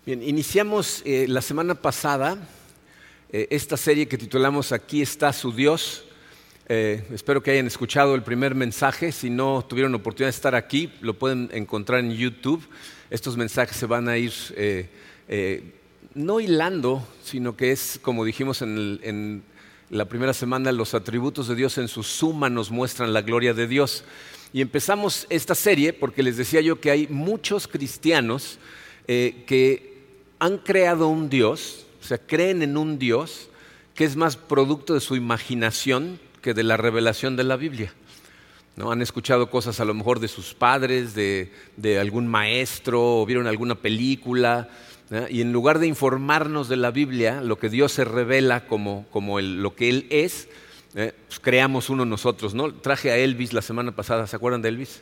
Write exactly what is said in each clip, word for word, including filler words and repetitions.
Bien, iniciamos eh, la semana pasada eh, esta serie que titulamos Aquí está su Dios. Eh, espero que hayan escuchado el primer mensaje. Si no tuvieron oportunidad de estar aquí, lo pueden encontrar en YouTube. Estos mensajes se van a ir eh, eh, no hilando, sino que es, como dijimos en, el, en la primera semana, los atributos de Dios en su suma nos muestran la gloria de Dios. Y empezamos esta serie porque les decía yo que hay muchos cristianos eh, que han creado un Dios, o sea, creen en un Dios que es más producto de su imaginación que de la revelación de la Biblia, ¿no? Han escuchado cosas a lo mejor de sus padres, de, de algún maestro, o vieron alguna película, ¿no? Y en lugar de informarnos de la Biblia, lo que Dios se revela como, como el, lo que Él es, eh, pues creamos uno nosotros, ¿no? Traje a Elvis la semana pasada, ¿se acuerdan de Elvis?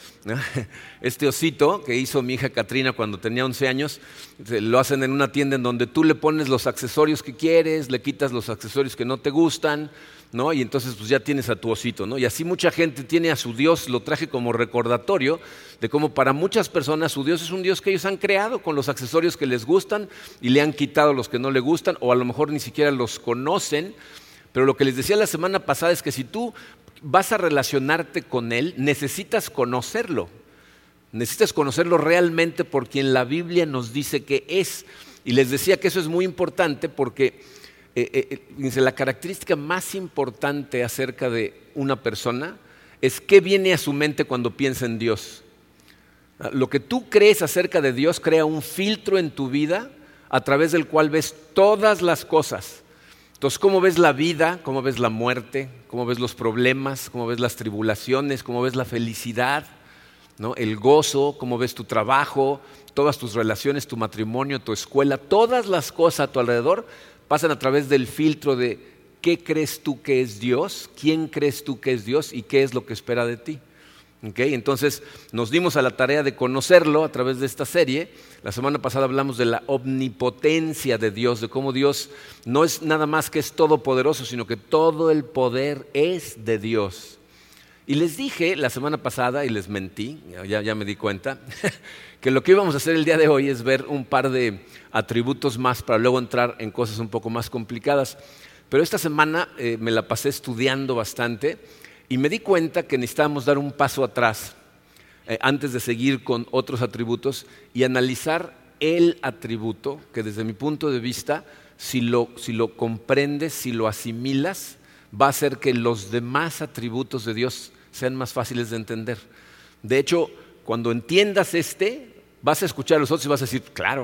Este osito que hizo mi hija Katrina cuando tenía once años, lo hacen en una tienda en donde tú le pones los accesorios que quieres, le quitas los accesorios que no te gustan, ¿no? Y entonces pues ya tienes a tu osito, ¿no? Y así mucha gente tiene a su Dios. Lo traje como recordatorio de cómo para muchas personas su Dios es un Dios que ellos han creado con los accesorios que les gustan y le han quitado los que no le gustan, o a lo mejor ni siquiera los conocen. Pero lo que les decía la semana pasada es que si tú vas a relacionarte con Él, necesitas conocerlo. Necesitas conocerlo realmente por quien la Biblia nos dice que es. Y les decía que eso es muy importante porque eh, eh, la característica más importante acerca de una persona es qué viene a su mente cuando piensa en Dios. Lo que tú crees acerca de Dios crea un filtro en tu vida a través del cual ves todas las cosas. Entonces, ¿cómo ves la vida? ¿Cómo ves la muerte? ¿Cómo ves los problemas? ¿Cómo ves las tribulaciones? ¿Cómo ves la felicidad? ¿No? El gozo, ¿cómo ves tu trabajo? Todas tus relaciones, tu matrimonio, tu escuela, todas las cosas a tu alrededor pasan a través del filtro de ¿qué crees tú que es Dios? ¿Quién crees tú que es Dios? ¿Y qué es lo que espera de ti? ¿Okay? Entonces nos dimos a la tarea de conocerlo a través de esta serie. La semana pasada hablamos de la omnipotencia de Dios, de cómo Dios no es nada más que es todopoderoso, sino que todo el poder es de Dios. Y les dije la semana pasada, y les mentí, ya, ya me di cuenta, que lo que íbamos a hacer el día de hoy es ver un par de atributos más para luego entrar en cosas un poco más complicadas. Pero esta semana eh, me la pasé estudiando bastante y me di cuenta que necesitábamos dar un paso atrás eh, antes de seguir con otros atributos y analizar el atributo que desde mi punto de vista, si lo, si lo comprendes, si lo asimilas, va a hacer que los demás atributos de Dios sean más fáciles de entender. De hecho, cuando entiendas este, vas a escuchar a los otros y vas a decir, claro,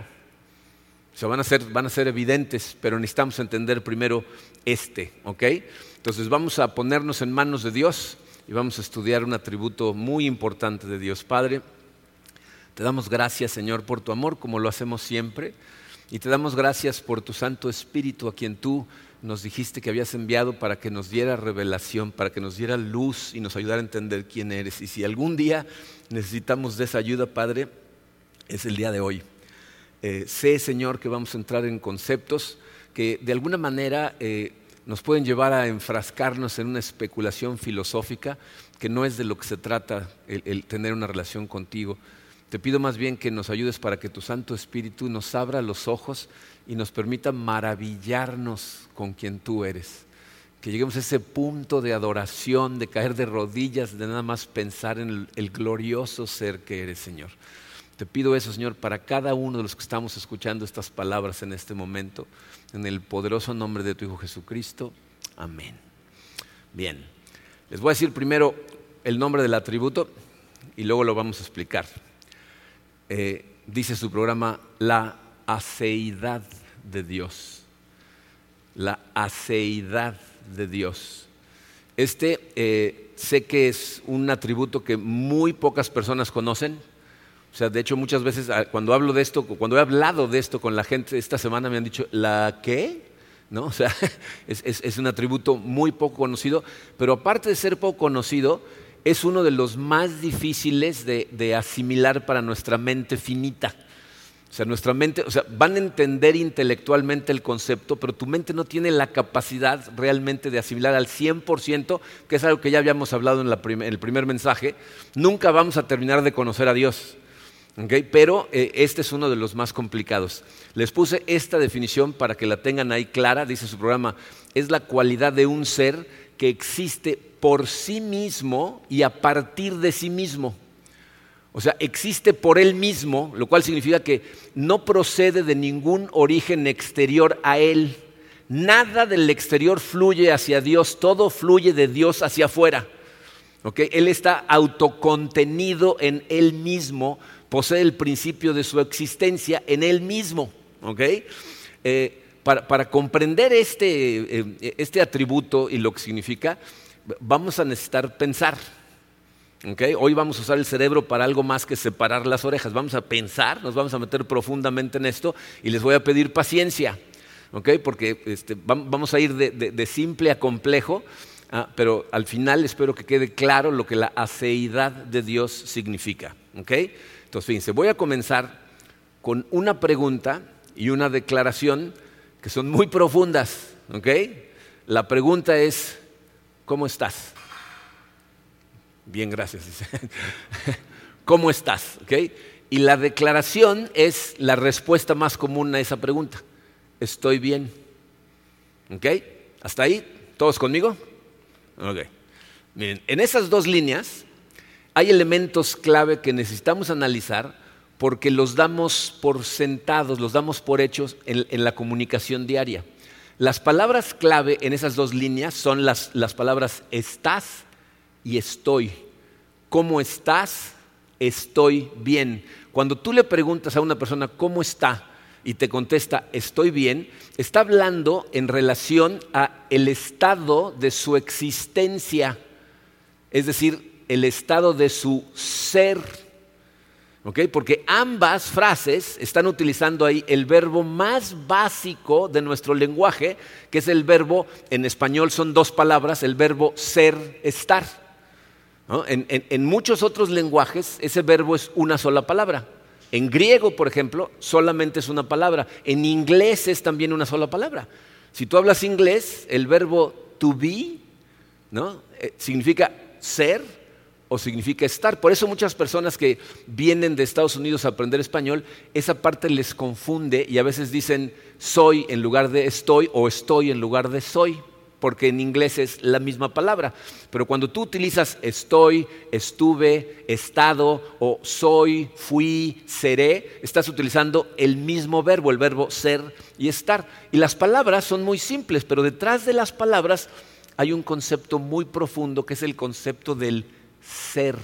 o sea, van a ser, van a ser evidentes, pero necesitamos entender primero este, ¿ok? Entonces vamos a ponernos en manos de Dios y vamos a estudiar un atributo muy importante de Dios. Padre, te damos gracias, Señor, por tu amor, como lo hacemos siempre, y te damos gracias por tu Santo Espíritu, a quien tú nos dijiste que habías enviado para que nos diera revelación, para que nos diera luz y nos ayudara a entender quién eres. Y si algún día necesitamos de esa ayuda, Padre, es el día de hoy. Eh, sé, Señor, que vamos a entrar en conceptos que de alguna manera eh, nos pueden llevar a enfrascarnos en una especulación filosófica que no es de lo que se trata el, el tener una relación contigo. Te pido más bien que nos ayudes para que tu Santo Espíritu nos abra los ojos y nos permita maravillarnos con quien tú eres. Que lleguemos a ese punto de adoración, de caer de rodillas, de nada más pensar en el, el glorioso ser que eres, Señor. Te pido eso, Señor, para cada uno de los que estamos escuchando estas palabras en este momento, en el poderoso nombre de tu Hijo Jesucristo. Amén. Bien, les voy a decir primero el nombre del atributo y luego lo vamos a explicar. Eh, dice su programa, la aceidad de Dios. La aceidad de Dios. Este eh, sé que es un atributo que muy pocas personas conocen. O sea, de hecho, muchas veces cuando hablo de esto, cuando he hablado de esto con la gente esta semana me han dicho, ¿la qué? ¿No? O sea, es, es, es un atributo muy poco conocido, pero aparte de ser poco conocido, es uno de los más difíciles de, de asimilar para nuestra mente finita. O sea, nuestra mente, o sea, van a entender intelectualmente el concepto, pero tu mente no tiene la capacidad realmente de asimilar al cien por ciento, que es algo que ya habíamos hablado en, la prim- en el primer mensaje. Nunca vamos a terminar de conocer a Dios. ¿Okay? Pero eh, este es uno de los más complicados. Les puse esta definición para que la tengan ahí clara. Dice su programa, es la cualidad de un ser que existe por sí mismo y a partir de sí mismo. O sea, existe por él mismo, lo cual significa que no procede de ningún origen exterior a él. Nada del exterior fluye hacia Dios, todo fluye de Dios hacia afuera. ¿Okay? Él está autocontenido en él mismo, posee el principio de su existencia en él mismo. ¿Okay? Eh, para, para comprender este, eh, este atributo y lo que significa, vamos a necesitar pensar. ¿Okay? Hoy vamos a usar el cerebro para algo más que separar las orejas. Vamos a pensar, nos vamos a meter profundamente en esto y les voy a pedir paciencia. ¿Okay? Porque este, vamos a ir de, de, de simple a complejo. Ah, pero al final espero que quede claro lo que la aceidad de Dios significa. ¿Okay? Entonces, fíjense, voy a comenzar con una pregunta y una declaración que son muy profundas. ¿Okay? La pregunta es, ¿cómo estás? Bien, gracias. ¿Cómo estás? ¿Okay? Y la declaración es la respuesta más común a esa pregunta. Estoy bien. ¿Okay? ¿Hasta ahí? ¿Todos conmigo? Ok. Miren, en esas dos líneas hay elementos clave que necesitamos analizar porque los damos por sentados, los damos por hechos en, en la comunicación diaria. Las palabras clave en esas dos líneas son las, las palabras estás y estoy. ¿Cómo estás? Estoy bien. Cuando tú le preguntas a una persona ¿cómo está? Y te contesta estoy bien, está hablando en relación a el estado de su existencia, es decir, el estado de su ser. ¿Okay? Porque ambas frases están utilizando ahí el verbo más básico de nuestro lenguaje, que es el verbo, en español son dos palabras, el verbo ser, estar. ¿No? En, en, en muchos otros lenguajes ese verbo es una sola palabra. En griego, por ejemplo, solamente es una palabra. En inglés es también una sola palabra. Si tú hablas inglés, el verbo to be, ¿no? eh, significa ser o significa estar. Por eso muchas personas que vienen de Estados Unidos a aprender español, esa parte les confunde y a veces dicen soy en lugar de estoy o estoy en lugar de soy, porque en inglés es la misma palabra. Pero cuando tú utilizas estoy, estuve, estado o soy, fui, seré, estás utilizando el mismo verbo, el verbo ser y estar. Y las palabras son muy simples, pero detrás de las palabras hay un concepto muy profundo que es el concepto del ser,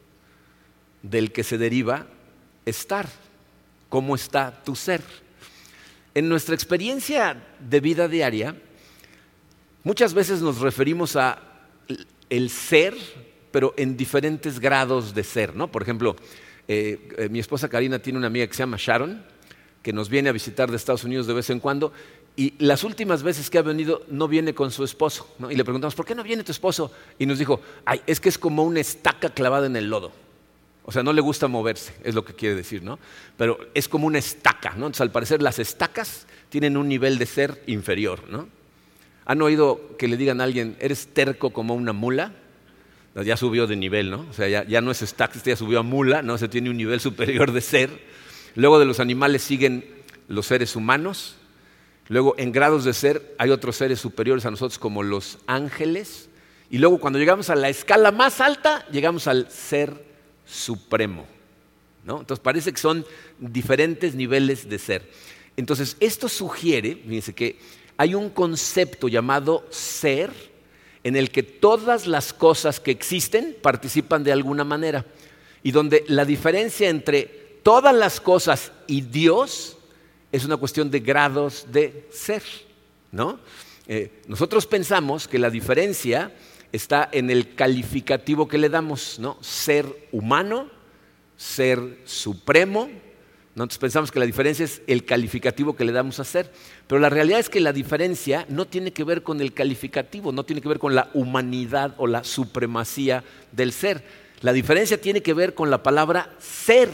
del que se deriva estar. ¿Cómo está tu ser? En nuestra experiencia de vida diaria, muchas veces nos referimos a el ser, pero en diferentes grados de ser, ¿no? Por ejemplo, eh, eh, mi esposa Karina tiene una amiga que se llama Sharon, que nos viene a visitar de Estados Unidos de vez en cuando, y las últimas veces que ha venido no viene con su esposo, ¿no? Y le preguntamos, ¿por qué no viene tu esposo? Y nos dijo, ay, es que es como una estaca clavada en el lodo. O sea, no le gusta moverse, es lo que quiere decir, ¿no? Pero es como una estaca, ¿no? Entonces, al parecer, las estacas tienen un nivel de ser inferior, ¿no? ¿Han oído que le digan a alguien, eres terco como una mula? Ya subió de nivel, ¿no? O sea, ya, ya no es estaca, ya subió a mula, ¿no? Se tiene un nivel superior de ser. Luego de los animales siguen los seres humanos. Luego, en grados de ser, hay otros seres superiores a nosotros como los ángeles. Y luego, cuando llegamos a la escala más alta, llegamos al ser supremo, ¿no? Entonces, parece que son diferentes niveles de ser. Entonces, esto sugiere, fíjense que hay un concepto llamado ser en el que todas las cosas que existen participan de alguna manera y donde la diferencia entre todas las cosas y Dios es una cuestión de grados de ser, ¿no? Eh, nosotros pensamos que la diferencia está en el calificativo que le damos, ¿no? Ser humano, ser supremo. Nosotros pensamos que la diferencia es el calificativo que le damos a ser, pero la realidad es que la diferencia no tiene que ver con el calificativo, no tiene que ver con la humanidad o la supremacía del ser. La diferencia tiene que ver con la palabra ser.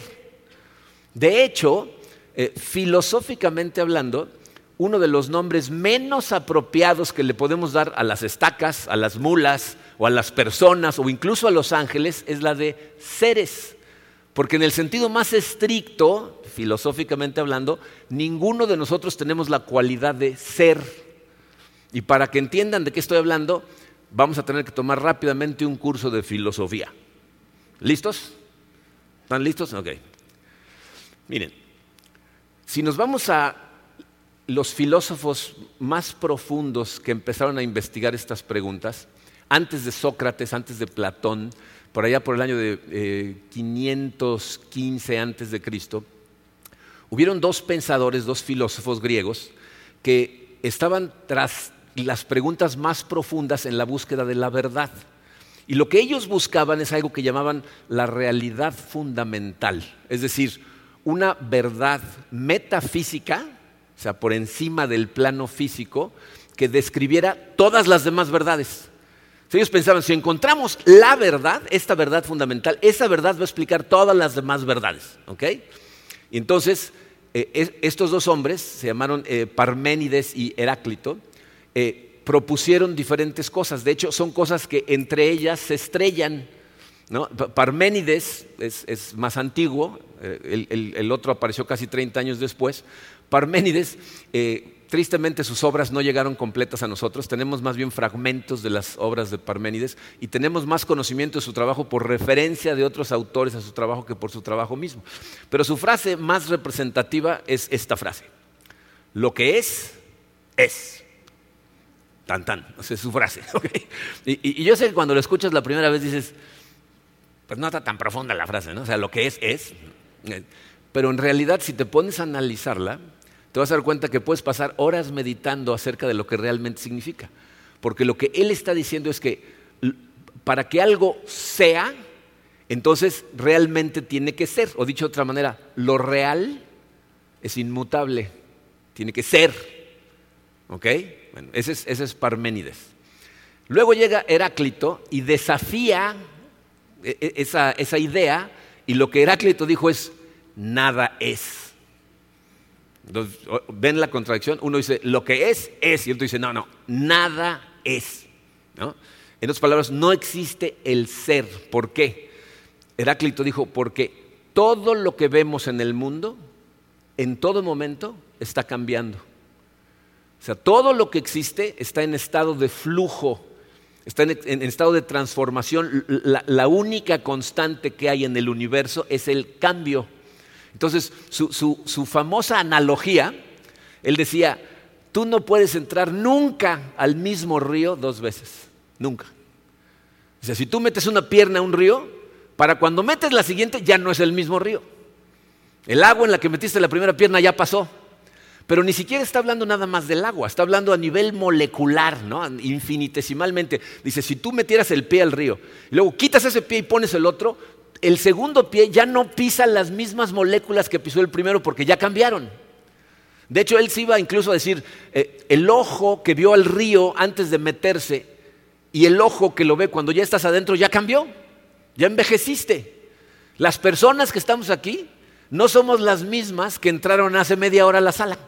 De hecho, eh, filosóficamente hablando, uno de los nombres menos apropiados que le podemos dar a las estacas, a las mulas o a las personas o incluso a los ángeles es la de seres. Porque en el sentido más estricto, filosóficamente hablando, ninguno de nosotros tenemos la cualidad de ser. Y para que entiendan de qué estoy hablando, vamos a tener que tomar rápidamente un curso de filosofía. ¿Listos? ¿Están listos? Ok. Miren, si nos vamos a los filósofos más profundos que empezaron a investigar estas preguntas, antes de Sócrates, antes de Platón, por allá por el año de eh, quinientos quince antes de Cristo, hubieron dos pensadores, dos filósofos griegos que estaban tras las preguntas más profundas en la búsqueda de la verdad. Y lo que ellos buscaban es algo que llamaban la realidad fundamental, es decir, una verdad metafísica, o sea, por encima del plano físico, que describiera todas las demás verdades. Ellos pensaban, si encontramos la verdad, esta verdad fundamental, esa verdad va a explicar todas las demás verdades. ¿Okay? Y entonces, eh, es, estos dos hombres, se llamaron eh, Parménides y Heráclito, eh, propusieron diferentes cosas. De hecho, son cosas que entre ellas se estrellan, ¿no? Parménides es, es más antiguo, eh, el, el, el otro apareció casi treinta años después. Parménides, eh, tristemente sus obras no llegaron completas a nosotros, tenemos más bien fragmentos de las obras de Parménides y tenemos más conocimiento de su trabajo por referencia de otros autores a su trabajo que por su trabajo mismo. Pero su frase más representativa es esta frase: lo que es, es. Tan tan, esa es su frase. ¿Okay? Y, y, y yo sé que cuando lo escuchas la primera vez dices, pues no está tan profunda la frase, ¿no? O sea, lo que es, es. Pero en realidad, si te pones a analizarla, te vas a dar cuenta que puedes pasar horas meditando acerca de lo que realmente significa. Porque lo que él está diciendo es que para que algo sea, entonces realmente tiene que ser. O dicho de otra manera, lo real es inmutable, tiene que ser. ¿Ok? Bueno, ese es, ese es Parménides. Luego llega Heráclito y desafía esa, esa idea, y lo que Heráclito dijo es, nada es. Entonces, ¿ven la contradicción? Uno dice, lo que es, es. Y el otro dice, no, no, nada es, ¿no? En otras palabras, no existe el ser. ¿Por qué? Heráclito dijo, porque todo lo que vemos en el mundo, en todo momento, está cambiando. O sea, todo lo que existe está en estado de flujo, está en, en, en estado de transformación. La, la única constante que hay en el universo es el cambio. Entonces, su, su, su famosa analogía, él decía, tú no puedes entrar nunca al mismo río dos veces, nunca. O sea, si tú metes una pierna a un río, para cuando metes la siguiente ya no es el mismo río. El agua en la que metiste la primera pierna ya pasó. Pero ni siquiera está hablando nada más del agua, está hablando a nivel molecular, ¿no? Infinitesimalmente. Dice, si tú metieras el pie al río, y luego quitas ese pie y pones el otro, el segundo pie ya no pisa las mismas moléculas que pisó el primero porque ya cambiaron. De hecho, él se iba incluso a decir, eh, el ojo que vio al río antes de meterse y el ojo que lo ve cuando ya estás adentro ya cambió, ya envejeciste. Las personas que estamos aquí no somos las mismas que entraron hace media hora a la sala.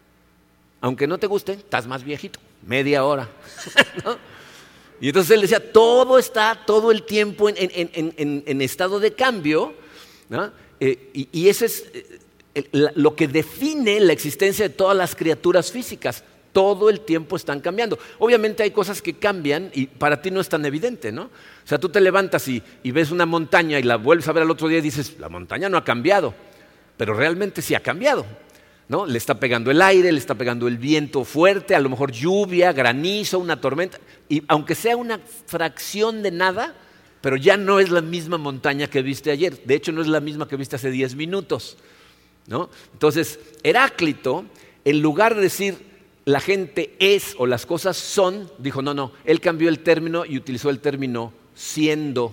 Aunque no te guste, estás más viejito, media hora. ¿No? Y entonces él decía, todo está todo el tiempo en, en, en, en, en estado de cambio, ¿no? eh, y, y eso es eh, lo que define la existencia de todas las criaturas físicas. Todo el tiempo están cambiando. Obviamente hay cosas que cambian y para ti no es tan evidente, ¿no? O sea, tú te levantas y, y ves una montaña y la vuelves a ver al otro día y dices, la montaña no ha cambiado, pero realmente sí ha cambiado, ¿no? Le está pegando el aire, le está pegando el viento fuerte, a lo mejor lluvia, granizo, una tormenta, y aunque sea una fracción de nada, pero ya no es la misma montaña que viste ayer. De hecho, no es la misma que viste hace diez minutos, ¿no? Entonces, Heráclito, en lugar de decir la gente es o las cosas son, dijo no, no, él cambió el término y utilizó el término siendo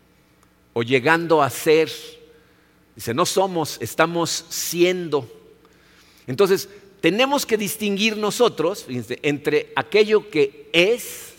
o llegando a ser. Dice, no somos, estamos siendo. Entonces, tenemos que distinguir nosotros, fíjense, entre aquello que es,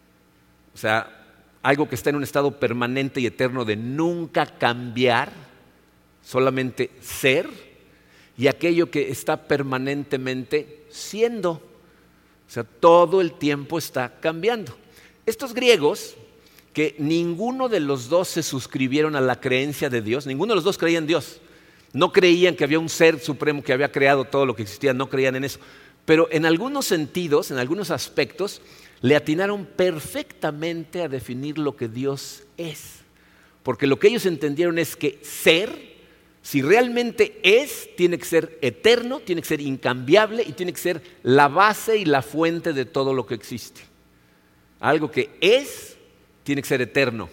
o sea, algo que está en un estado permanente y eterno de nunca cambiar, solamente ser, y aquello que está permanentemente siendo. O sea, todo el tiempo está cambiando. Estos griegos, que ninguno de los dos se suscribieron a la creencia de Dios. Ninguno de los dos creía en Dios. No creían que había un ser supremo que había creado todo lo que existía, no creían en eso. Pero en algunos sentidos, en algunos aspectos, le atinaron perfectamente a definir lo que Dios es. Porque lo que ellos entendieron es que ser, si realmente es, tiene que ser eterno, tiene que ser incambiable y tiene que ser la base y la fuente de todo lo que existe. Algo que es, tiene que ser eterno.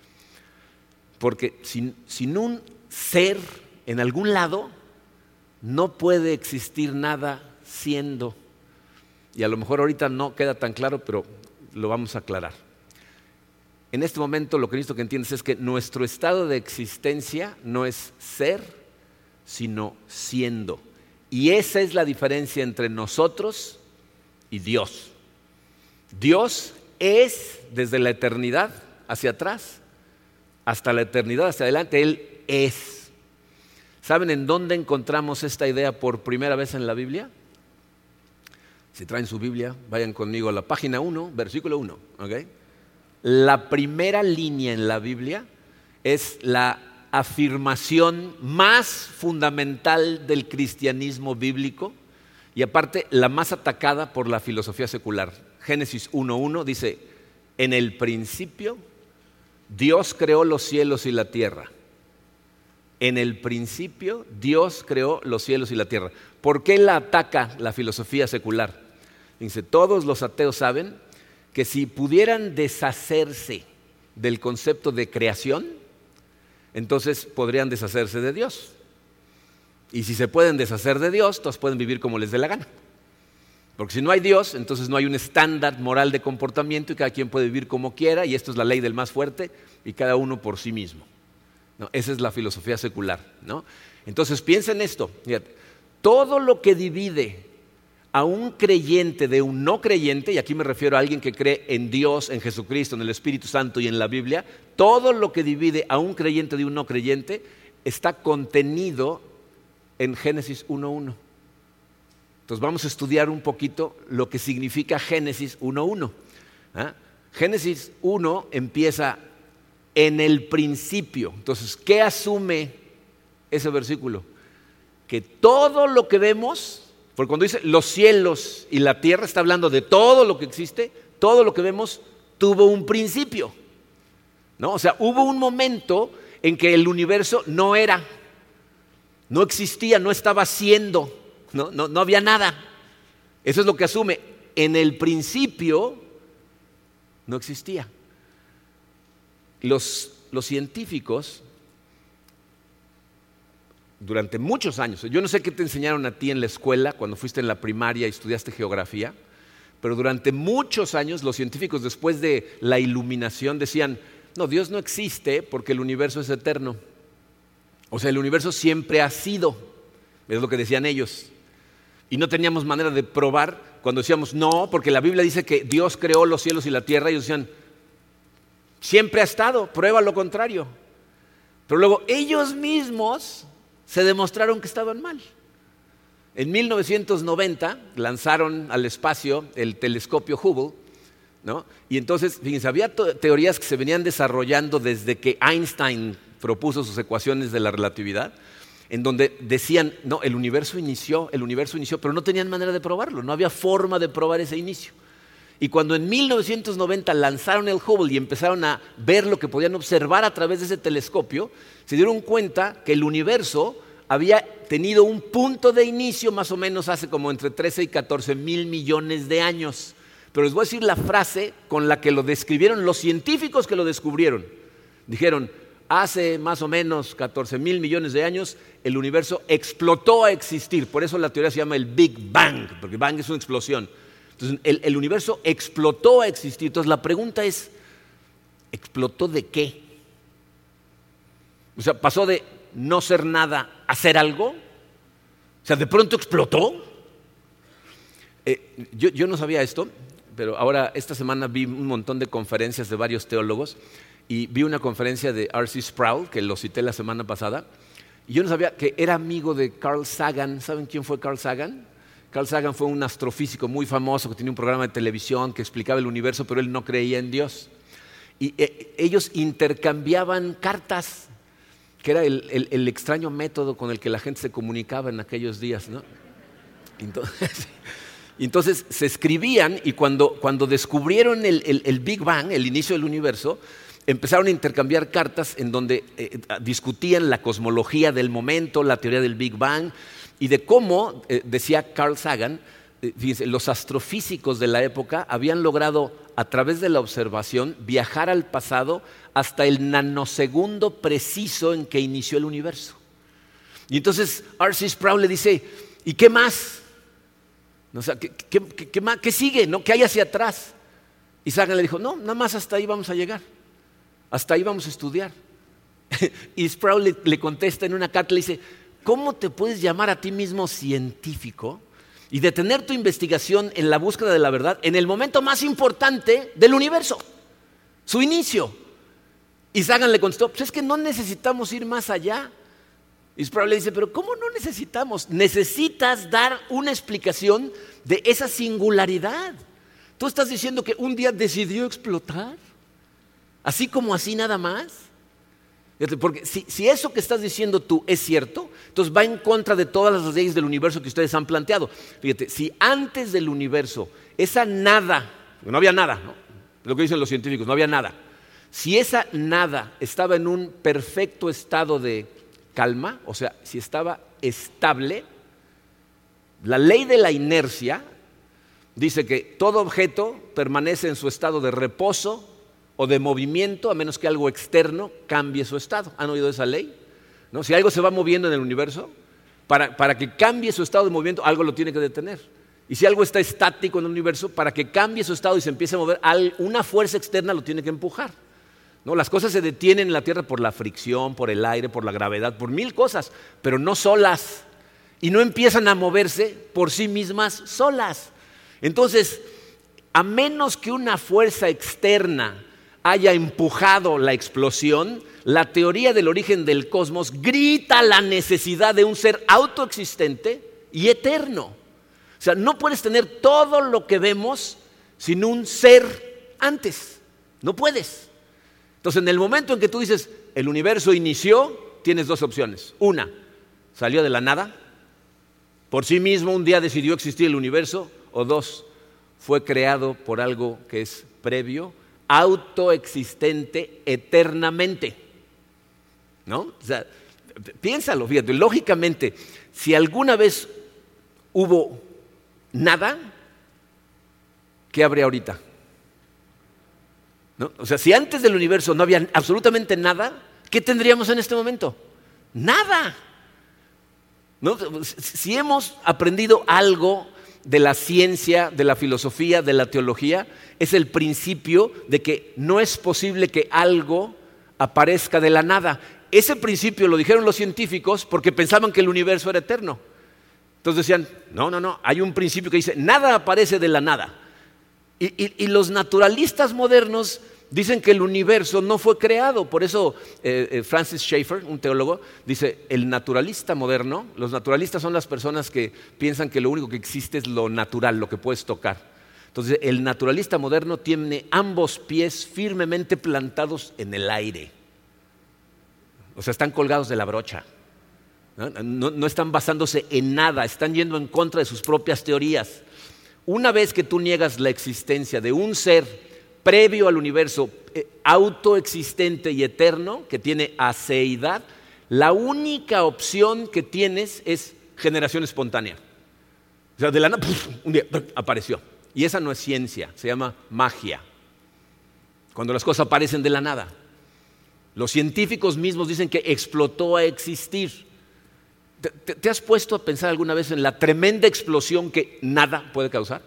Porque sin, sin un ser en algún lado, no puede existir nada siendo. Y a lo mejor ahorita no queda tan claro, pero lo vamos a aclarar. En este momento lo que necesito que entiendas es que nuestro estado de existencia no es ser, sino siendo. Y esa es la diferencia entre nosotros y Dios. Dios es desde la eternidad hacia atrás, hasta la eternidad hacia adelante. Él es. ¿Saben en dónde encontramos esta idea por primera vez en la Biblia? Si traen su Biblia, vayan conmigo a la página uno, versículo uno. ¿Okay? La primera línea en la Biblia es la afirmación más fundamental del cristianismo bíblico y aparte la más atacada por la filosofía secular. Génesis uno uno dice, en el principio Dios creó los cielos y la tierra. En el principio Dios creó los cielos y la tierra. ¿Por qué la ataca la filosofía secular? Dice, todos los ateos saben que si pudieran deshacerse del concepto de creación, entonces podrían deshacerse de Dios. Y si se pueden deshacer de Dios, todos pueden vivir como les dé la gana. Porque si no hay Dios, entonces no hay un estándar moral de comportamiento y cada quien puede vivir como quiera y esto es la ley del más fuerte y cada uno por sí mismo. No, esa es la filosofía secular, ¿no? Entonces piensa en esto, fíjate, todo lo que divide a un creyente de un no creyente, y aquí me refiero a alguien que cree en Dios, en Jesucristo, en el Espíritu Santo y en la Biblia, todo lo que divide a un creyente de un no creyente está contenido en Génesis uno uno. Entonces vamos a estudiar un poquito lo que significa Génesis uno uno. ¿Ah? Génesis uno empieza en el principio. Entonces, ¿qué asume ese versículo? Que todo lo que vemos, porque cuando dice los cielos y la tierra, está hablando de todo lo que existe, todo lo que vemos tuvo un principio, ¿no? O sea, hubo un momento en que el universo no era, no existía, no estaba siendo, no, no, no había nada. Eso es lo que asume. En el principio no existía. Los, los científicos, durante muchos años, yo no sé qué te enseñaron a ti en la escuela cuando fuiste en la primaria y estudiaste geografía, pero durante muchos años los científicos después de la iluminación decían, no, Dios no existe porque el universo es eterno. O sea, el universo siempre ha sido, es lo que decían ellos. Y no teníamos manera de probar cuando decíamos, no, porque la Biblia dice que Dios creó los cielos y la tierra, y ellos decían, siempre ha estado, prueba lo contrario. Pero luego ellos mismos se demostraron que estaban mal. En mil novecientos noventa lanzaron al espacio el telescopio Hubble, ¿no? Y entonces, fíjense, había teorías que se venían desarrollando desde que Einstein propuso sus ecuaciones de la relatividad, en donde decían, no, el universo inició, el universo inició, pero no tenían manera de probarlo, no había forma de probar ese inicio. Y cuando en mil novecientos noventa lanzaron el Hubble y empezaron a ver lo que podían observar a través de ese telescopio, se dieron cuenta que el universo había tenido un punto de inicio más o menos hace como entre trece y catorce mil millones de años. Pero les voy a decir la frase con la que lo describieron los científicos que lo descubrieron. Dijeron, hace más o menos catorce mil millones de años el universo explotó a existir. Por eso la teoría se llama el Big Bang, porque Bang es una explosión. Entonces el, el universo explotó a existir. Entonces la pregunta es, ¿explotó de qué? O sea, pasó de no ser nada a ser algo. O sea, de pronto explotó. Eh, yo, yo no sabía esto, pero ahora esta semana vi un montón de conferencias de varios teólogos y vi una conferencia de R C Sproul, que lo cité la semana pasada, y yo no sabía que era amigo de Carl Sagan. ¿Saben quién fue Carl Sagan? Carl Sagan fue un astrofísico muy famoso que tenía un programa de televisión que explicaba el universo, pero él no creía en Dios. y eh, ellos intercambiaban cartas, que era el, el, el extraño método con el que la gente se comunicaba en aquellos días, ¿no? Entonces, entonces se escribían, y cuando, cuando descubrieron el, el, el Big Bang, el inicio del universo, empezaron a intercambiar cartas en donde eh, discutían la cosmología del momento, la teoría del Big Bang, y de cómo, eh, decía Carl Sagan, eh, fíjense, los astrofísicos de la época habían logrado, a través de la observación, viajar al pasado hasta el nanosegundo preciso en que inició el universo. Y entonces R C Sproul le dice, ¿y qué más? O sea, ¿qué, qué, qué, qué, más? ¿Qué sigue? ¿No? ¿Qué hay hacia atrás? Y Sagan le dijo, no, nada más hasta ahí vamos a llegar. Hasta ahí vamos a estudiar. Y Sproul le, le contesta en una carta, le dice, ¿cómo te puedes llamar a ti mismo científico y detener tu investigación en la búsqueda de la verdad en el momento más importante del universo, su inicio? Y Sagan le contestó, pues es que no necesitamos ir más allá. Y Sproul le dice, pero ¿cómo no necesitamos? Necesitas dar una explicación de esa singularidad. ¿Tú estás diciendo que un día decidió explotar? ¿Así como así nada más? Porque si, si eso que estás diciendo tú es cierto, entonces va en contra de todas las leyes del universo que ustedes han planteado. Fíjate, si antes del universo esa nada, no había nada, ¿no? Lo que dicen los científicos, no había nada. Si esa nada estaba en un perfecto estado de calma, o sea, si estaba estable, la ley de la inercia dice que todo objeto permanece en su estado de reposo o de movimiento, a menos que algo externo cambie su estado. ¿Han oído esa ley? ¿No? Si algo se va moviendo en el universo, para, para que cambie su estado de movimiento, algo lo tiene que detener. Y si algo está estático en el universo, para que cambie su estado y se empiece a mover, una fuerza externa lo tiene que empujar. ¿No? Las cosas se detienen en la Tierra por la fricción, por el aire, por la gravedad, por mil cosas, pero no solas. Y no empiezan a moverse por sí mismas solas. Entonces, a menos que una fuerza externa haya empujado la explosión, la teoría del origen del cosmos grita la necesidad de un ser autoexistente y eterno. O sea, no puedes tener todo lo que vemos sin un ser antes. No puedes. Entonces, en el momento en que tú dices, el universo inició, tienes dos opciones. Una, salió de la nada, por sí mismo un día decidió existir el universo. O dos, fue creado por algo que es previo, autoexistente eternamente. ¿No? O sea, piénsalo, fíjate, lógicamente, si alguna vez hubo nada, ¿qué habría ahorita? ¿No? O sea, si antes del universo no había absolutamente nada, ¿qué tendríamos en este momento? Nada. ¿No? Si hemos aprendido algo de la ciencia, de la filosofía, de la teología, es el principio de que no es posible que algo aparezca de la nada. Ese principio lo dijeron los científicos porque pensaban que el universo era eterno. Entonces decían, no, no, no, hay un principio que dice, nada aparece de la nada. Y, y, y los naturalistas modernos dicen que el universo no fue creado. Por eso eh, eh, Francis Schaeffer, un teólogo, dice, el naturalista moderno, los naturalistas son las personas que piensan que lo único que existe es lo natural, lo que puedes tocar. Entonces, el naturalista moderno tiene ambos pies firmemente plantados en el aire. O sea, están colgados de la brocha. ¿No? No, no están basándose en nada, están yendo en contra de sus propias teorías. Una vez que tú niegas la existencia de un ser previo al universo, eh, autoexistente y eterno, que tiene aceidad, la única opción que tienes es generación espontánea. O sea, de la nada, un día apareció. Y esa no es ciencia, se llama magia. Cuando las cosas aparecen de la nada. Los científicos mismos dicen que explotó a existir. ¿Te, te, te has puesto a pensar alguna vez en la tremenda explosión que nada puede causar?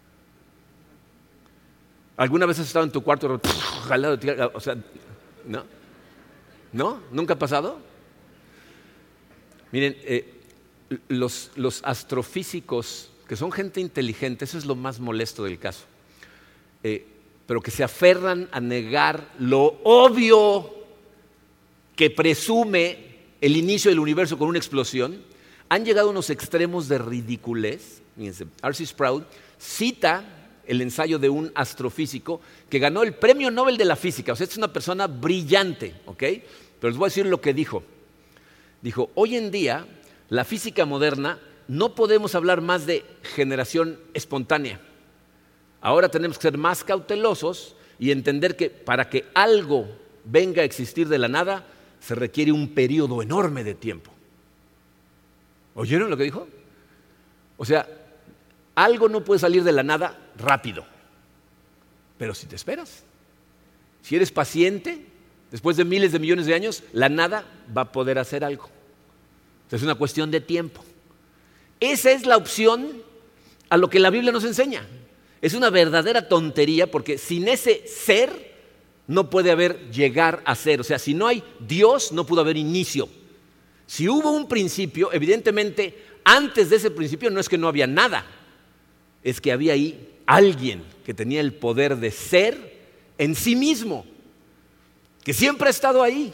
¿Alguna vez has estado en tu cuarto jalado de ti? O sea, ¿no? ¿No? ¿Nunca ha pasado? Miren, eh, los, los astrofísicos, que son gente inteligente, eso es lo más molesto del caso, eh, pero que se aferran a negar lo obvio que presume el inicio del universo con una explosión, han llegado a unos extremos de ridiculez. Fíjense, R C Sproul cita el ensayo de un astrofísico que ganó el premio Nobel de la física. O sea, es una persona brillante, ¿ok? Pero les voy a decir lo que dijo. Dijo, hoy en día, la física moderna, no podemos hablar más de generación espontánea. Ahora tenemos que ser más cautelosos y entender que para que algo venga a existir de la nada, se requiere un periodo enorme de tiempo. ¿Oyeron lo que dijo? O sea, algo no puede salir de la nada rápido, pero si te esperas, si eres paciente, después de miles de millones de años, la nada va a poder hacer algo. Es una cuestión de tiempo. Esa es la opción a lo que la Biblia nos enseña. Es una verdadera tontería porque sin ese ser no puede haber llegar a ser. O sea, si no hay Dios, no pudo haber inicio. Si hubo un principio, evidentemente, antes de ese principio no es que no había nada. Es que había ahí alguien que tenía el poder de ser en sí mismo, que siempre ha estado ahí.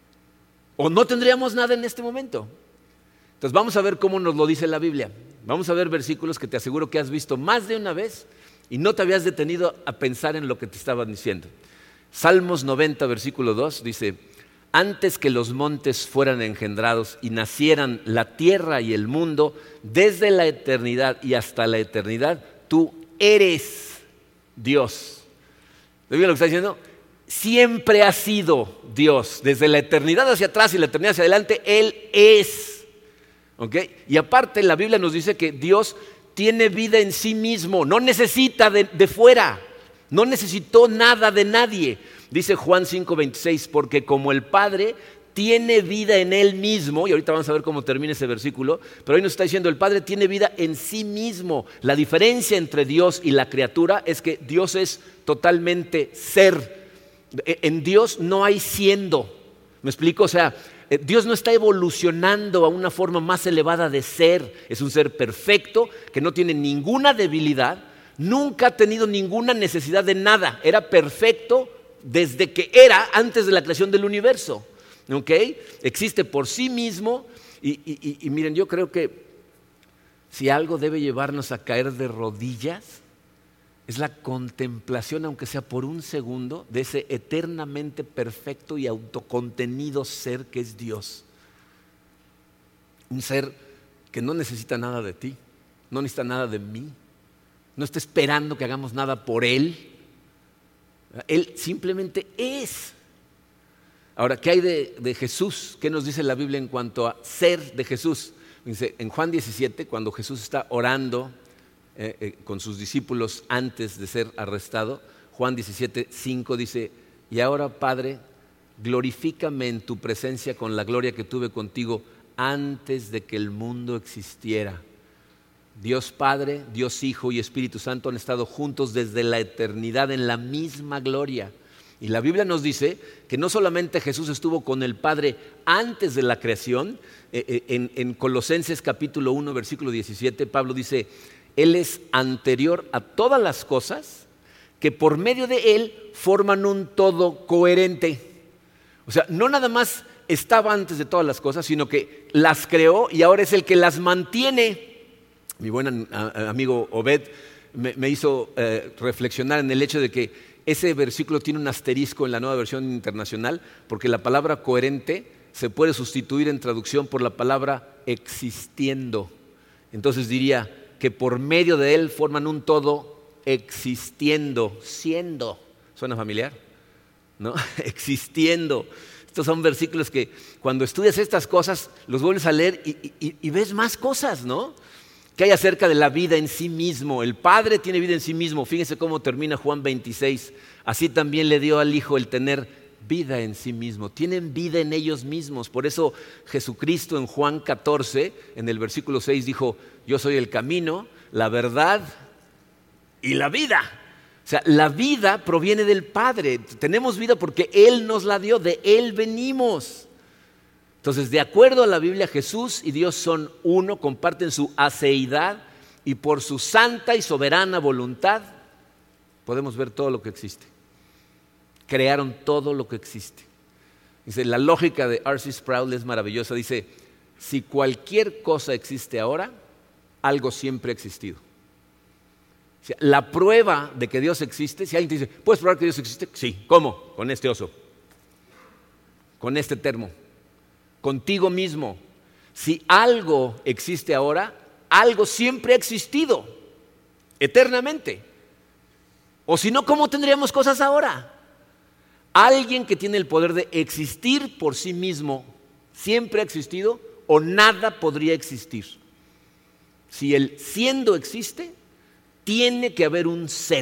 O no tendríamos nada en este momento. Entonces vamos a ver cómo nos lo dice la Biblia. Vamos a ver versículos que te aseguro que has visto más de una vez y no te habías detenido a pensar en lo que te estaban diciendo. Salmos noventa, versículo dos, dice: antes que los montes fueran engendrados y nacieran la tierra y el mundo, desde la eternidad y hasta la eternidad, tú eres Dios. ¿Lo que está diciendo? Siempre ha sido Dios. Desde la eternidad hacia atrás y la eternidad hacia adelante, Él es. ¿Okay? Y aparte la Biblia nos dice que Dios tiene vida en sí mismo, no necesita de, de fuera, no necesitó nada de nadie. Dice Juan cinco veintiséis, porque como el Padre tiene vida en Él mismo, y ahorita vamos a ver cómo termina ese versículo, pero hoy nos está diciendo el Padre tiene vida en sí mismo. La diferencia entre Dios y la criatura es que Dios es totalmente ser. En Dios no hay siendo. ¿Me explico? O sea, Dios no está evolucionando a una forma más elevada de ser. Es un ser perfecto que no tiene ninguna debilidad, nunca ha tenido ninguna necesidad de nada. Era perfecto desde que era antes de la creación del universo. ¿Okay? Existe por sí mismo y, y, y, y miren, yo creo que si algo debe llevarnos a caer de rodillas es la contemplación, aunque sea por un segundo, de ese eternamente perfecto y autocontenido ser que es Dios. Un ser que no necesita nada de ti, no necesita nada de mí, no está esperando que hagamos nada por Él. Él simplemente es. Ahora, ¿qué hay de, de Jesús? ¿Qué nos dice la Biblia en cuanto a ser de Jesús? Dice, en Juan diecisiete, cuando Jesús está orando Eh, eh, con sus discípulos antes de ser arrestado, Juan diecisiete, cinco dice: y ahora, Padre, glorifícame en tu presencia con la gloria que tuve contigo antes de que el mundo existiera. Dios Padre, Dios Hijo y Espíritu Santo han estado juntos desde la eternidad en la misma gloria. Y la Biblia nos dice que no solamente Jesús estuvo con el Padre antes de la creación. eh, eh, en, en Colosenses capítulo uno, versículo diecisiete, Pablo dice: Él es anterior a todas las cosas, que por medio de Él forman un todo coherente. O sea, no nada más estaba antes de todas las cosas, sino que las creó y ahora es el que las mantiene. Mi buen amigo Obed me, me hizo eh, reflexionar en el hecho de que ese versículo tiene un asterisco en la Nueva Versión Internacional, porque la palabra coherente se puede sustituir en traducción por la palabra existiendo. Entonces diría que por medio de Él forman un todo existiendo, siendo. ¿Suena familiar? ¿No? Existiendo. Estos son versículos que cuando estudias estas cosas los vuelves a leer y, y, y ves más cosas, ¿no? Que hay acerca de la vida en sí mismo. El Padre tiene vida en sí mismo. Fíjense cómo termina Juan veintiséis. Así también le dio al Hijo el tener vida en sí mismo. Tienen vida en ellos mismos. Por eso Jesucristo en Juan catorce, en el versículo seis, dijo: yo soy el camino, la verdad y la vida. O sea, la vida proviene del Padre. Tenemos vida porque Él nos la dio, de Él venimos. Entonces, de acuerdo a la Biblia, Jesús y Dios son uno, comparten su aceidad y por su santa y soberana voluntad podemos ver todo lo que existe. Crearon todo lo que existe. Dice, la lógica de R C Sproul es maravillosa. Dice, si cualquier cosa existe ahora, algo siempre ha existido. O sea, la prueba de que Dios existe, si alguien te dice, ¿puedes probar que Dios existe? Sí. ¿Cómo? Con este oso, con este termo, contigo mismo. Si algo existe ahora, algo siempre ha existido, eternamente. O si no, ¿cómo tendríamos cosas ahora? Alguien que tiene el poder de existir por sí mismo, siempre ha existido o nada podría existir. Si el siendo existe, tiene que haber un ser.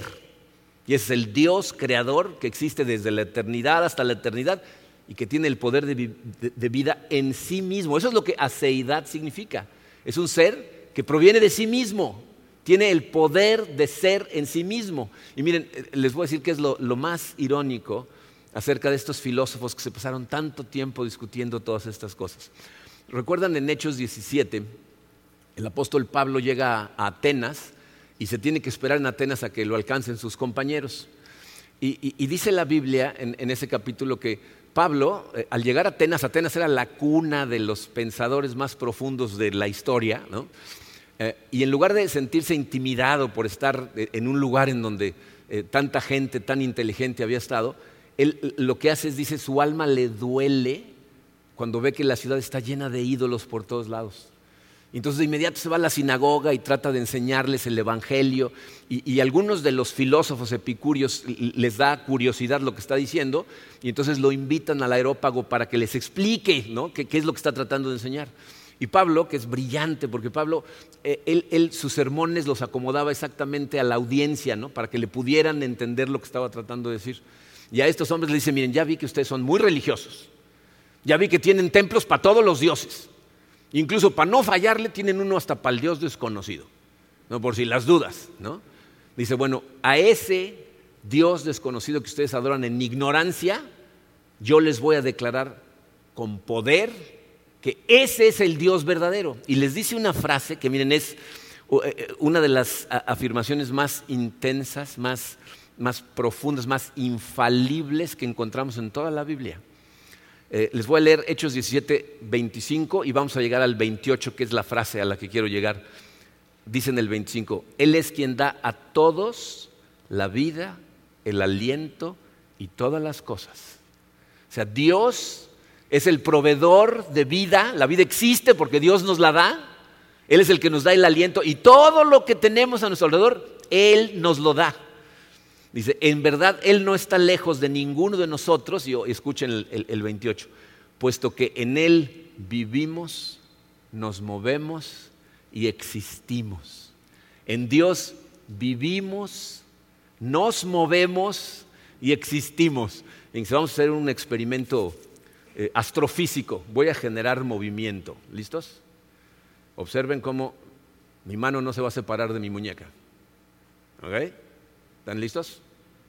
Y ese es el Dios creador que existe desde la eternidad hasta la eternidad y que tiene el poder de, vi- de, de vida en sí mismo. Eso es lo que aceidad significa. Es un ser que proviene de sí mismo. Tiene el poder de ser en sí mismo. Y miren, les voy a decir que es lo, lo más irónico acerca de estos filósofos que se pasaron tanto tiempo discutiendo todas estas cosas. ¿Recuerdan en Hechos diecisiete? El apóstol Pablo llega a Atenas y se tiene que esperar en Atenas a que lo alcancen sus compañeros. Y, y, y dice la Biblia en, en ese capítulo que Pablo, eh, al llegar a Atenas, Atenas era la cuna de los pensadores más profundos de la historia, ¿no? Eh, y en lugar de sentirse intimidado por estar en un lugar en donde eh, tanta gente tan inteligente había estado, él lo que hace es, dice, su alma le duele cuando ve que la ciudad está llena de ídolos por todos lados. Entonces de inmediato se va a la sinagoga y trata de enseñarles el evangelio y, y algunos de los filósofos epicúreos les da curiosidad lo que está diciendo y entonces lo invitan al areópago para que les explique, ¿no?, qué, qué es lo que está tratando de enseñar. Y Pablo, que es brillante, porque Pablo, eh, él, él sus sermones los acomodaba exactamente a la audiencia, ¿no?, para que le pudieran entender lo que estaba tratando de decir. Y a estos hombres les dice, miren, ya vi que ustedes son muy religiosos, ya vi que tienen templos para todos los dioses. Incluso para no fallarle tienen uno hasta para el Dios desconocido, ¿no?, por si las dudas, ¿no? Dice, bueno, a ese Dios desconocido que ustedes adoran en ignorancia, yo les voy a declarar con poder que ese es el Dios verdadero. Y les dice una frase que, miren, es una de las afirmaciones más intensas, más, más profundas, más infalibles que encontramos en toda la Biblia. Eh, les voy a leer Hechos diecisiete, veinticinco y vamos a llegar al veintiocho, que es la frase a la que quiero llegar. Dice en el veinticinco, Él es quien da a todos la vida, el aliento y todas las cosas. O sea, Dios es el proveedor de vida, la vida existe porque Dios nos la da, Él es el que nos da el aliento y todo lo que tenemos a nuestro alrededor, Él nos lo da. Dice, en verdad Él no está lejos de ninguno de nosotros, y escuchen el, el, el veintiocho, puesto que en Él vivimos, nos movemos y existimos. En Dios vivimos, nos movemos y existimos. Entonces vamos a hacer un experimento eh, astrofísico. Voy a generar movimiento. ¿Listos? Observen cómo mi mano no se va a separar de mi muñeca. ¿Ok? ¿Están listos?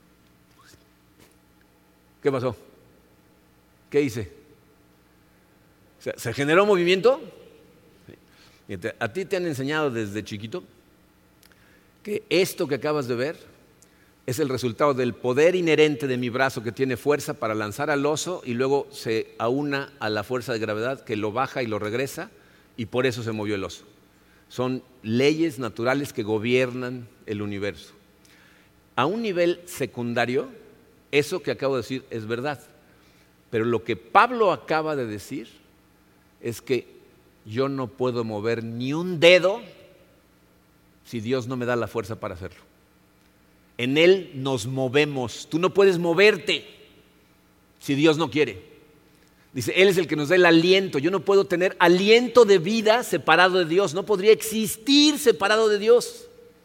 ¿Qué pasó? ¿Qué hice? ¿Se generó movimiento? A ti te han enseñado desde chiquito que esto que acabas de ver es el resultado del poder inherente de mi brazo que tiene fuerza para lanzar al oso y luego se aúna a la fuerza de gravedad que lo baja y lo regresa y por eso se movió el oso. Son leyes naturales que gobiernan el universo. A un nivel secundario, eso que acabo de decir es verdad. Pero lo que Pablo acaba de decir es que yo no puedo mover ni un dedo si Dios no me da la fuerza para hacerlo. En Él nos movemos. Tú no puedes moverte si Dios no quiere. Dice, Él es el que nos da el aliento. Yo no puedo tener aliento de vida separado de Dios. No podría existir separado de Dios.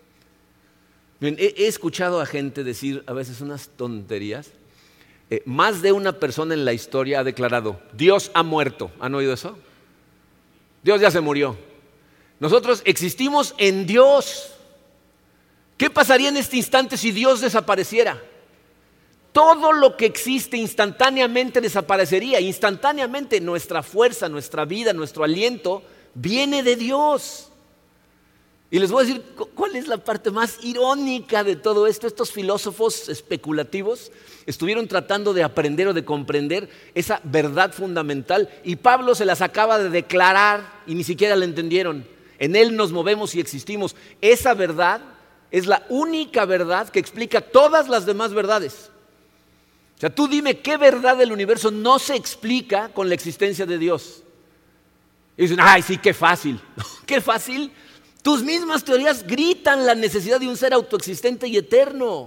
He escuchado a gente decir a veces unas tonterías. Eh, más de una persona en la historia ha declarado, Dios ha muerto. ¿Han oído eso? Dios ya se murió. Nosotros existimos en Dios. ¿Qué pasaría en este instante si Dios desapareciera? Todo lo que existe instantáneamente desaparecería. Instantáneamente nuestra fuerza, nuestra vida, nuestro aliento viene de Dios. Y les voy a decir cuál es la parte más irónica de todo esto. Estos filósofos especulativos estuvieron tratando de aprender o de comprender esa verdad fundamental y Pablo se las acaba de declarar y ni siquiera la entendieron. En Él nos movemos y existimos. Esa verdad es la única verdad que explica todas las demás verdades. O sea, tú dime qué verdad del universo no se explica con la existencia de Dios. Y dicen, ay, sí, qué fácil. ¿Qué fácil? Tus mismas teorías gritan la necesidad de un ser autoexistente y eterno.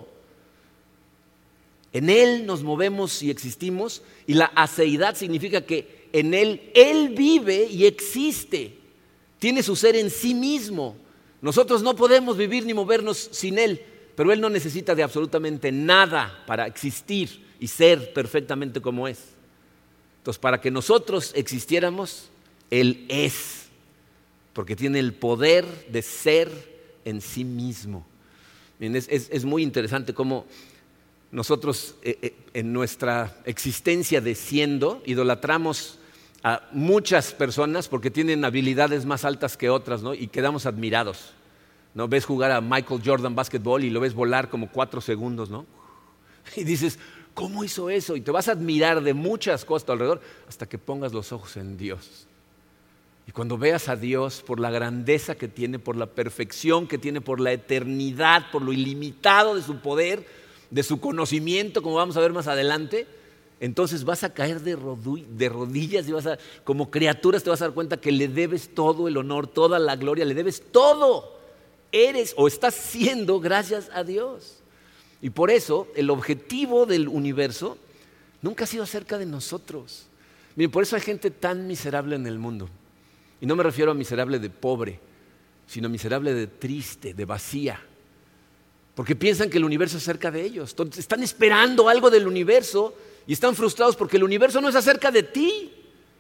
En Él nos movemos y existimos, y la aceidad significa que en Él, Él vive y existe. Tiene su ser en sí mismo. Nosotros no podemos vivir ni movernos sin Él, pero Él no necesita de absolutamente nada para existir y ser perfectamente como es. Entonces, para que nosotros existiéramos, Él es, porque tiene el poder de ser en sí mismo. Es, es, es muy interesante cómo nosotros eh, eh, en nuestra existencia de siendo idolatramos a muchas personas porque tienen habilidades más altas que otras, ¿no? Y quedamos admirados, ¿no? Ves jugar a Michael Jordan básquetbol y lo ves volar como cuatro segundos, ¿no? Y dices, ¿cómo hizo eso? Y te vas a admirar de muchas cosas a tu alrededor hasta que pongas los ojos en Dios. Y cuando veas a Dios por la grandeza que tiene, por la perfección que tiene, por la eternidad, por lo ilimitado de su poder, de su conocimiento, como vamos a ver más adelante, entonces vas a caer de, de rodillas y vas a, como criaturas te vas a dar cuenta que le debes todo el honor, toda la gloria, le debes todo. Eres o estás siendo gracias a Dios. Y por eso el objetivo del universo nunca ha sido acerca de nosotros. Miren, por eso hay gente tan miserable en el mundo. Y no me refiero a miserable de pobre, sino miserable de triste, de vacía. Porque piensan que el universo es acerca de ellos. Entonces, están esperando algo del universo y están frustrados porque el universo no es acerca de ti.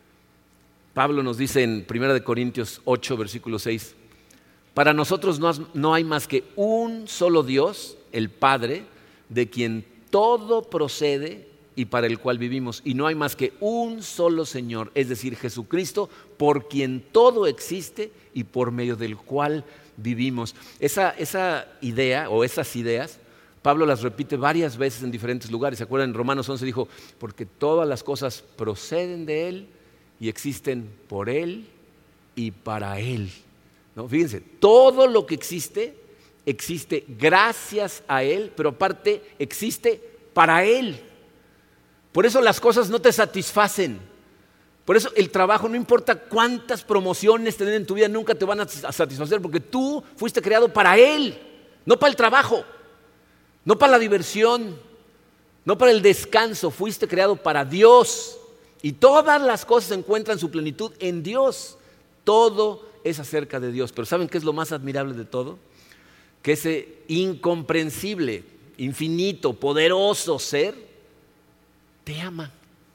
Pablo nos dice en primera de Corintios ocho, versículo seis, para nosotros no, no hay más que un solo Dios, el Padre, de quien todo procede y para el cual vivimos. Y no hay más que un solo Señor, es decir, Jesucristo, por quien todo existe y por medio del cual vivimos. Esa, esa idea o esas ideas, Pablo las repite varias veces en diferentes lugares. ¿Se acuerdan? En Romanos once dijo, porque todas las cosas proceden de Él y existen por Él y para Él. ¿No? Fíjense, todo lo que existe, existe gracias a Él, pero aparte existe para Él. Por eso las cosas no te satisfacen. Por eso el trabajo, no importa cuántas promociones te den en tu vida, nunca te van a satisfacer, porque tú fuiste creado para Él, no para el trabajo, no para la diversión, no para el descanso, fuiste creado para Dios. Y todas las cosas encuentran su plenitud en Dios. Todo es acerca de Dios. Pero ¿saben qué es lo más admirable de todo? Que ese incomprensible, infinito, poderoso ser te ama.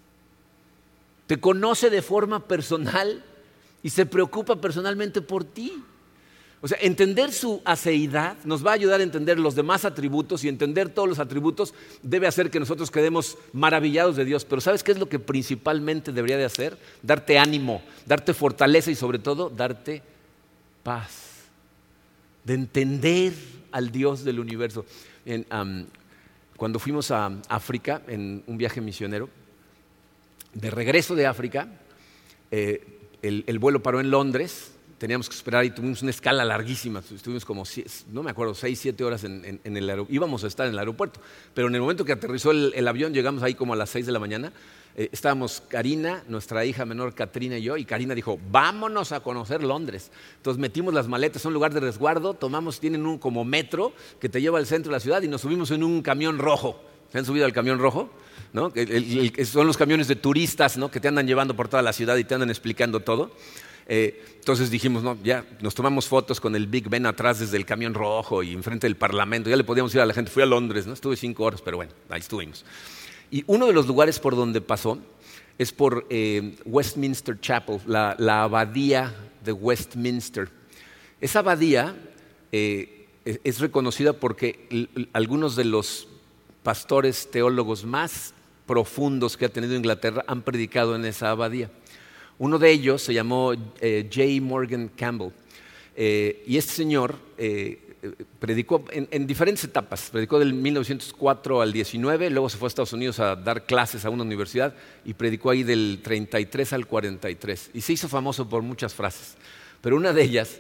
Te conoce de forma personal y se preocupa personalmente por ti. O sea, entender su aceidad nos va a ayudar a entender los demás atributos, y entender todos los atributos debe hacer que nosotros quedemos maravillados de Dios. Pero ¿sabes qué es lo que principalmente debería de hacer? Darte ánimo, darte fortaleza y sobre todo darte paz. De entender al Dios del universo. En, um, cuando fuimos a África en un viaje misionero, de regreso de África, eh, el, el vuelo paró en Londres. Teníamos que esperar y tuvimos una escala larguísima. Estuvimos como, no me acuerdo, seis, siete horas en, en, en el aeropuerto. Íbamos a estar en el aeropuerto, pero en el momento que aterrizó el, el avión, llegamos ahí como a las seis de la mañana. Eh, estábamos Karina, nuestra hija menor Katrina y yo, y Karina dijo, vámonos a conocer Londres. Entonces metimos las maletas a un lugar de resguardo, tomamos, tienen un como metro que te lleva al centro de la ciudad y nos subimos en un camión rojo. ¿Se han subido al camión rojo? ¿No? El, el, el, son los camiones de turistas, ¿no? Que te andan llevando por toda la ciudad y te andan explicando todo. Eh, entonces dijimos, no, ya nos tomamos fotos con el Big Ben atrás desde el camión rojo y enfrente del Parlamento. Ya le podíamos ir a la gente. Fui a Londres, ¿no? Estuve cinco horas, pero bueno, ahí estuvimos. Y uno de los lugares por donde pasó es por eh, Westminster Chapel, la, la abadía de Westminster. Esa abadía eh, es, es reconocida porque l- l- algunos de los pastores teólogos más profundos que ha tenido Inglaterra han predicado en esa abadía. Uno de ellos se llamó eh, J. Morgan Campbell, eh, y este señor eh, predicó en, en diferentes etapas. Predicó del mil novecientos cuatro al diecinueve, luego se fue a Estados Unidos a dar clases a una universidad y predicó ahí del treinta y tres al cuarenta y tres. Y se hizo famoso por muchas frases, pero una de ellas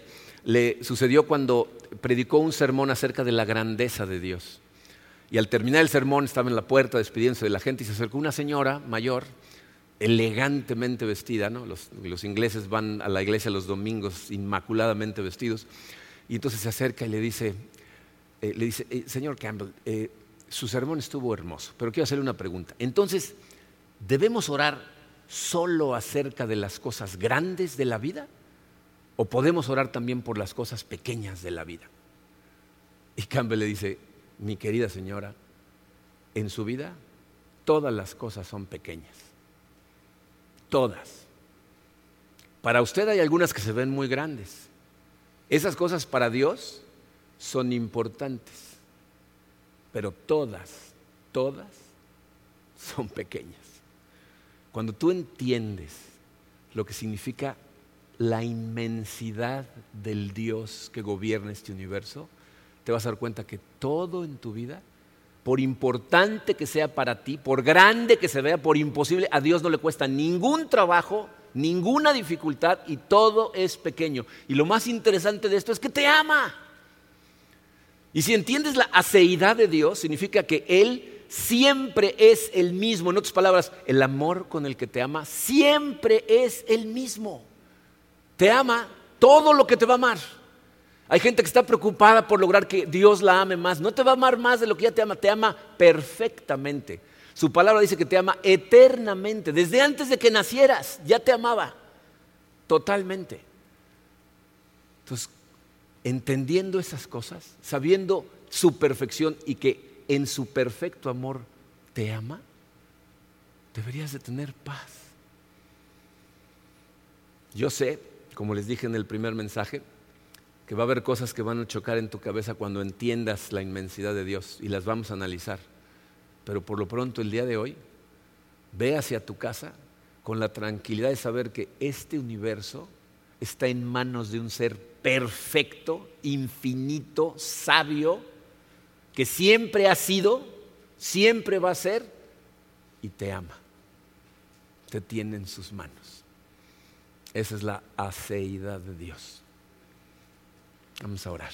le sucedió cuando predicó un sermón acerca de la grandeza de Dios. Y al terminar el sermón estaba en la puerta despidiéndose de la gente y se acercó una señora mayor, elegantemente vestida, ¿no? Los, los ingleses van a la iglesia los domingos inmaculadamente vestidos. Y entonces se acerca y le dice, eh, le dice eh, señor Campbell, eh, su sermón estuvo hermoso, pero quiero hacerle una pregunta. Entonces, ¿debemos orar solo acerca de las cosas grandes de la vida? ¿O podemos orar también por las cosas pequeñas de la vida? Y Campbell le dice, mi querida señora, en su vida todas las cosas son pequeñas. Todas. Para usted hay algunas que se ven muy grandes. Esas cosas para Dios son importantes. Pero todas, todas son pequeñas. Cuando tú entiendes lo que significa la inmensidad del Dios que gobierna este universo, te vas a dar cuenta que todo en tu vida, por importante que sea para ti, por grande que se vea, por imposible, a Dios no le cuesta ningún trabajo, ninguna dificultad y todo es pequeño. Y lo más interesante de esto es que te ama. Y si entiendes la aceidad de Dios, significa que Él siempre es el mismo. En otras palabras, el amor con el que te ama siempre es el mismo. Te ama todo lo que te va a amar. Hay gente que está preocupada por lograr que Dios la ame más. No te va a amar más de lo que ya te ama, te ama perfectamente. Su palabra dice que te ama eternamente. Desde antes de que nacieras ya te amaba totalmente. Entonces, entendiendo esas cosas, sabiendo su perfección y que en su perfecto amor te ama, deberías de tener paz. Yo sé, como les dije en el primer mensaje, que va a haber cosas que van a chocar en tu cabeza cuando entiendas la inmensidad de Dios y las vamos a analizar. Pero por lo pronto el día de hoy, ve hacia tu casa con la tranquilidad de saber que este universo está en manos de un ser perfecto, infinito, sabio, que siempre ha sido, siempre va a ser y te ama. Te tiene en sus manos. Esa es la aceidad de Dios. Vamos a orar.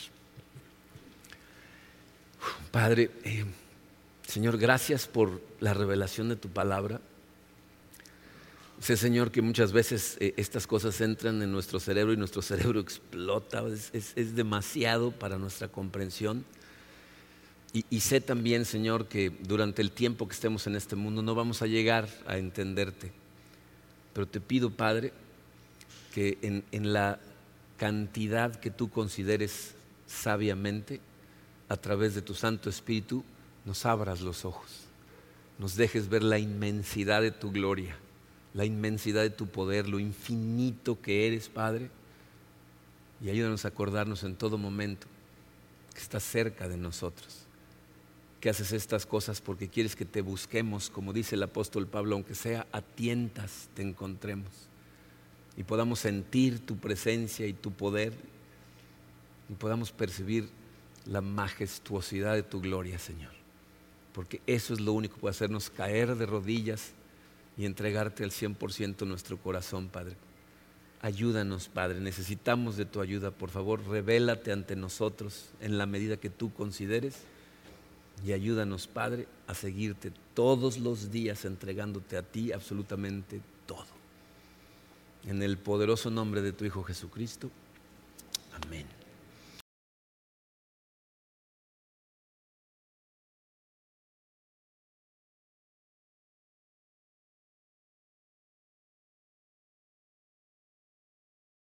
Padre, eh, Señor, gracias por la revelación de tu palabra. Sé, Señor, que muchas veces eh, estas cosas entran en nuestro cerebro y nuestro cerebro explota. Es, es, es demasiado para nuestra comprensión. Y, y sé también, Señor, que durante el tiempo que estemos en este mundo no vamos a llegar a entenderte. Pero te pido, Padre, que en, en la cantidad que tú consideres sabiamente, a través de tu Santo Espíritu, nos abras los ojos, nos dejes ver la inmensidad de tu gloria, la inmensidad de tu poder, lo infinito que eres, Padre, y ayúdanos a acordarnos en todo momento que estás cerca de nosotros, que haces estas cosas porque quieres que te busquemos, como dice el apóstol Pablo, aunque sea a tientas te encontremos y podamos sentir tu presencia y tu poder y podamos percibir la majestuosidad de tu gloria, Señor, porque eso es lo único que puede hacernos caer de rodillas y entregarte al cien por ciento nuestro corazón, Padre. Ayúdanos, Padre, necesitamos de tu ayuda. Por favor, revélate ante nosotros en la medida que tú consideres y ayúdanos, Padre, a seguirte todos los días entregándote a ti absolutamente todo. En el poderoso nombre de tu Hijo Jesucristo. Amén.